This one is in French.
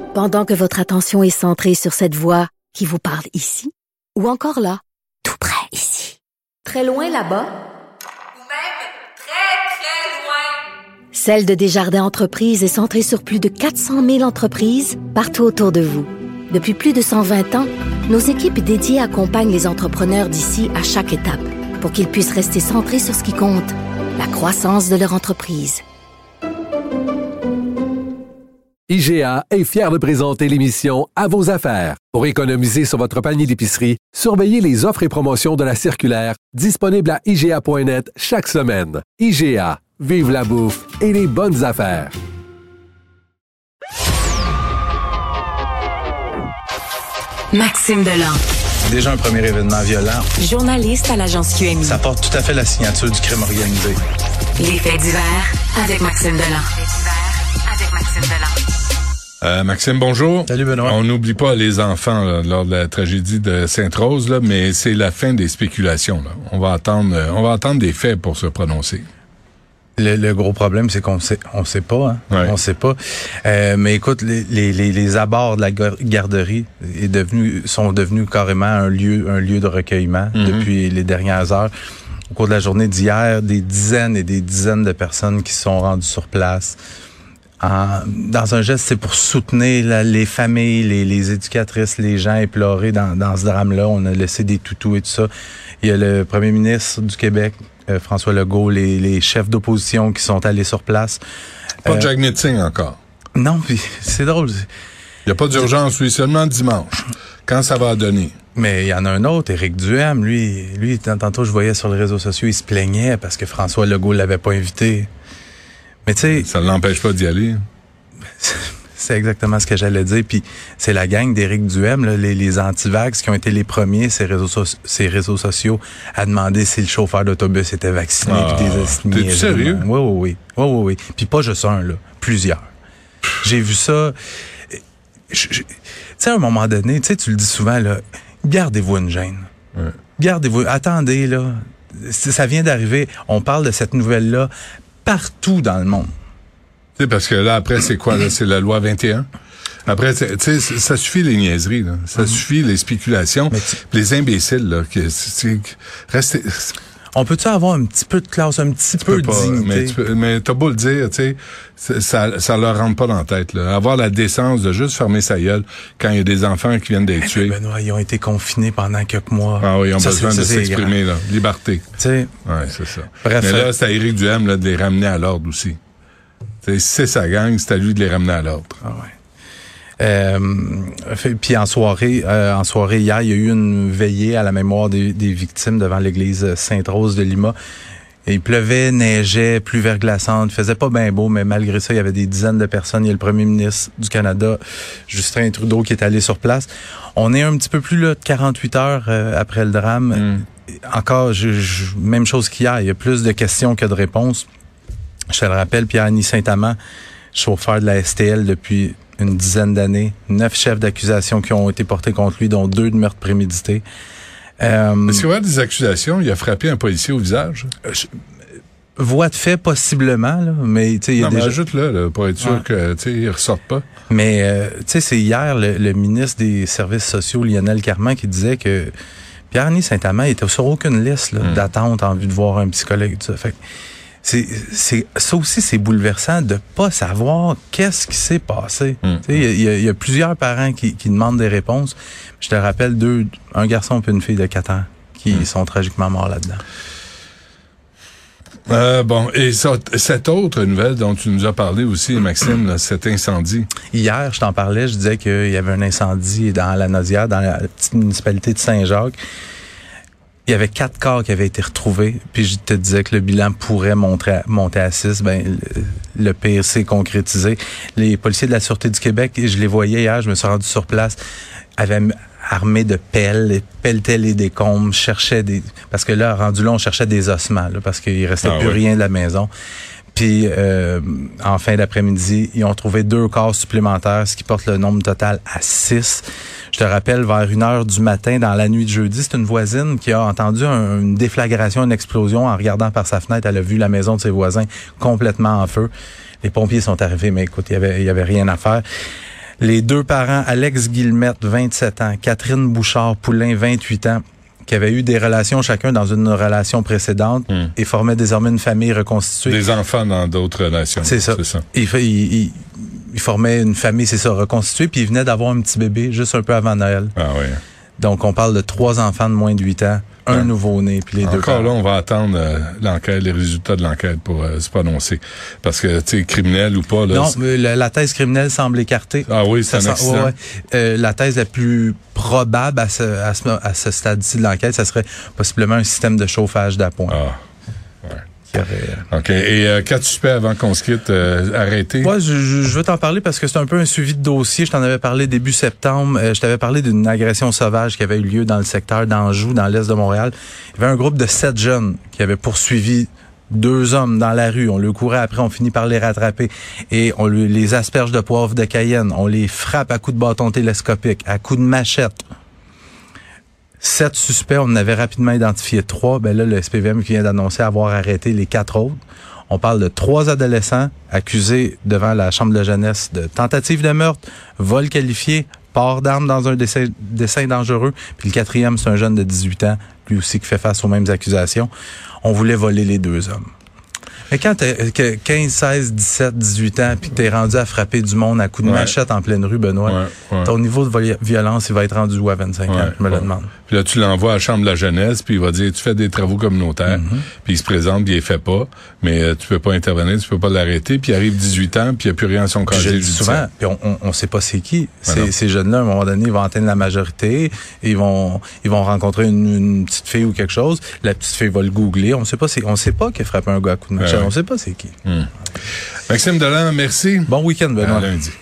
Pendant que votre attention est centrée sur cette voix qui vous parle ici, ou encore là, tout près ici, très loin là-bas, ou même très, très loin. Celle de Desjardins Entreprises est centrée sur plus de 400 000 entreprises partout autour de vous. Depuis plus de 120 ans, nos équipes dédiées accompagnent les entrepreneurs d'ici à chaque étape pour qu'ils puissent rester centrés sur ce qui compte, la croissance de leur entreprise. IGA est fier de présenter l'émission À vos affaires. Pour économiser sur votre panier d'épicerie, surveillez les offres et promotions de la circulaire disponible à IGA.net chaque semaine. IGA, vive la bouffe et les bonnes affaires. Maxime Delan. C'est déjà un premier événement violent. Journaliste à l'agence QMI. Ça porte tout à fait la signature du crime organisé. Les faits divers avec Maxime Delan. Maxime, bonjour. Salut Benoît. On n'oublie pas les enfants là, lors de la tragédie de Sainte-Rose, là, mais c'est la fin des spéculations. Là. On va attendre des faits pour se prononcer. Le gros problème, c'est qu'on sait pas, hein. Ouais. On sait pas. Mais écoute, les abords de la garderie sont devenus carrément un lieu de recueillement depuis les dernières heures. Au cours de la journée d'hier, des dizaines et des dizaines de personnes qui se sont rendues sur place. Dans un geste, c'est pour soutenir les familles, les éducatrices, les gens éplorés dans ce drame-là. On a laissé des toutous et tout ça. Il y a le premier ministre du Québec, François Legault, les chefs d'opposition qui sont allés sur place. Pas de Jagmeet Singh encore. Non, puis c'est drôle. Il n'y a pas d'urgence, lui, seulement dimanche. Quand ça va donner? Mais il y en a un autre, Éric Duhaime. Lui, tantôt, je voyais sur les réseaux sociaux, il se plaignait parce que François Legault l'avait pas invité. Mais tu sais, ça ne l'empêche pas d'y aller. C'est exactement ce que j'allais dire. Puis c'est la gang d'Éric Duhaime, là, les anti-vax, qui ont été les premiers, ces réseaux sociaux, à demander si le chauffeur d'autobus était vacciné. Puis t'es sérieux? Oui. Puis pas juste un, là, plusieurs. J'ai vu ça. Tu sais, à un moment donné, tu le dis souvent, là, gardez-vous une gêne. Ouais. Gardez-vous. Attendez, là. Ça vient d'arriver. On parle de cette nouvelle-là partout dans le monde. Tu sais, parce que là, après, c'est quoi, là? C'est la loi 21? Après, tu sais, ça suffit les niaiseries, là. Ça suffit les spéculations. Les imbéciles, là, restez... On peut-tu avoir un petit peu de classe, un petit peu de dignité? Mais t'as beau le dire, tu sais, ça leur rentre pas dans la tête, là. Avoir la décence de juste fermer sa gueule quand il y a des enfants qui viennent d'être tués. Benoît, ils ont été confinés pendant quelques mois. Ah oui, ils ont besoin de s'exprimer, là. Liberté. Tu sais. Ouais, c'est ça. Bref. Mais là, c'est à Éric Duhaime, là, de les ramener à l'ordre aussi. Tu sais, si c'est sa gang, c'est à lui de les ramener à l'ordre. Ah ouais. Puis en soirée hier, il y a eu une veillée à la mémoire des victimes devant l'église Sainte-Rose de Lima. Et il pleuvait, neigeait, pluie verglaçante, faisait pas bien beau, mais malgré ça, il y avait des dizaines de personnes. Il y a le premier ministre du Canada, Justin Trudeau, qui est allé sur place. On est un petit peu plus là de 48 heures après le drame. Encore, même chose qu'hier, il y a plus de questions que de réponses. Je te le rappelle, Pierre-Annie Saint-Amand, chauffeur de la STL depuis une dizaine d'années, 9 chefs d'accusation qui ont été portés contre lui, dont 2 de meurtre prémédité. Est-ce qu'il y a des accusations? Il a frappé un policier au visage? Voie de fait, possiblement, là, mais tu sais, il y a déjà... ajoute-le, là, pour être sûr que, tu sais, il ressorte pas. Mais, tu sais, c'est hier, le ministre des Services sociaux, Lionel Carman, qui disait que Pierre-Annie Saint-Amand était sur aucune liste, là, d'attente en vue de voir un psychologue, tout ça. Fait ça aussi, c'est bouleversant de pas savoir qu'est-ce qui s'est passé. Il y a plusieurs parents qui demandent des réponses. Je te rappelle un garçon et une fille de 4 ans qui sont tragiquement morts là-dedans. Bon, et cette autre nouvelle dont tu nous as parlé aussi, Maxime, là, cet incendie. Hier, je t'en parlais, je disais qu'il y avait un incendie dans la Naudière, dans la petite municipalité de Saint-Jacques. Il y avait 4 corps qui avaient été retrouvés, puis je te disais que le bilan pourrait monter à 6. Ben, le pire s'est concrétisé. Les policiers de la Sûreté du Québec, je les voyais hier, je me suis rendu sur place, avaient armés de pelles, pelletaient les décombres, parce que là, rendu là, on cherchait des ossements, là, parce qu'il restait plus rien de la maison. Puis, en fin d'après-midi, ils ont trouvé 2 corps supplémentaires, ce qui porte le nombre total à 6. Je te rappelle, vers 1h du matin, dans la nuit de jeudi, c'est une voisine qui a entendu une déflagration, une explosion. En regardant par sa fenêtre, elle a vu la maison de ses voisins complètement en feu. Les pompiers sont arrivés, mais écoute, il y avait rien à faire. Les deux parents, Alex Guillemette, 27 ans, Catherine Bouchard-Poulain, 28 ans, qui avaient eu des relations chacun dans une relation précédente et formaient désormais une famille reconstituée. Des enfants dans d'autres relations. C'est ça. Il formait une famille, c'est ça, reconstituée, puis il venait d'avoir un petit bébé juste un peu avant Noël. Ah oui. Donc, on parle de 3 enfants de moins de 8 ans, un nouveau-né, puis les deux Encore parents. là, on va attendre l'enquête, les résultats de l'enquête pour se prononcer. Parce que, tu sais, criminel ou pas... Là, non, mais la thèse criminelle semble écartée. Ah oui, c'est un accident. La thèse la plus probable à ce stade-ci de l'enquête, ça serait possiblement un système de chauffage d'appoint. Ah, ouais. OK. Et 4 suspects avant qu'on se quitte, arrêtés? Ouais, je veux t'en parler parce que c'est un peu un suivi de dossier. Je t'en avais parlé début septembre. Je t'avais parlé d'une agression sauvage qui avait eu lieu dans le secteur d'Anjou, dans l'est de Montréal. Il y avait un groupe de 7 jeunes qui avaient poursuivi 2 hommes dans la rue. On le courait après, on finit par les rattraper. Et on les asperge de poivre de Cayenne. On les frappe à coups de bâton télescopique, à coups de machette. 7 suspects, on en avait rapidement identifié 3. Ben là, le SPVM qui vient d'annoncer avoir arrêté les 4 autres. On parle de 3 adolescents accusés devant la Chambre de jeunesse de tentative de meurtre, vol qualifié, port d'armes dans un dessein dangereux. Puis le 4e, c'est un jeune de 18 ans, lui aussi qui fait face aux mêmes accusations. On voulait voler les 2 hommes. Mais quand t'as 15, 16, 17, 18 ans, puis que t'es rendu à frapper du monde à coups de machette en pleine rue, Benoît, ton niveau de violence, il va être rendu où à 25 ans? Je me le demande. Puis là, tu l'envoies à la Chambre de la jeunesse, puis il va dire, tu fais des travaux communautaires, puis il se présente, puis il les fait pas, mais tu peux pas intervenir, tu peux pas l'arrêter, puis il arrive 18 ans, puis il n'y a plus rien à son casier judiciaire. Souvent, puis on sait pas c'est qui. Ces jeunes-là, à un moment donné, ils vont atteindre la majorité, ils vont rencontrer une petite fille ou quelque chose, la petite fille va le googler, on sait pas qu'il a frappé un gars à coup de machette, on sait pas c'est qui. Maxime Delan, merci. Bon week-end, Benoît. À lundi.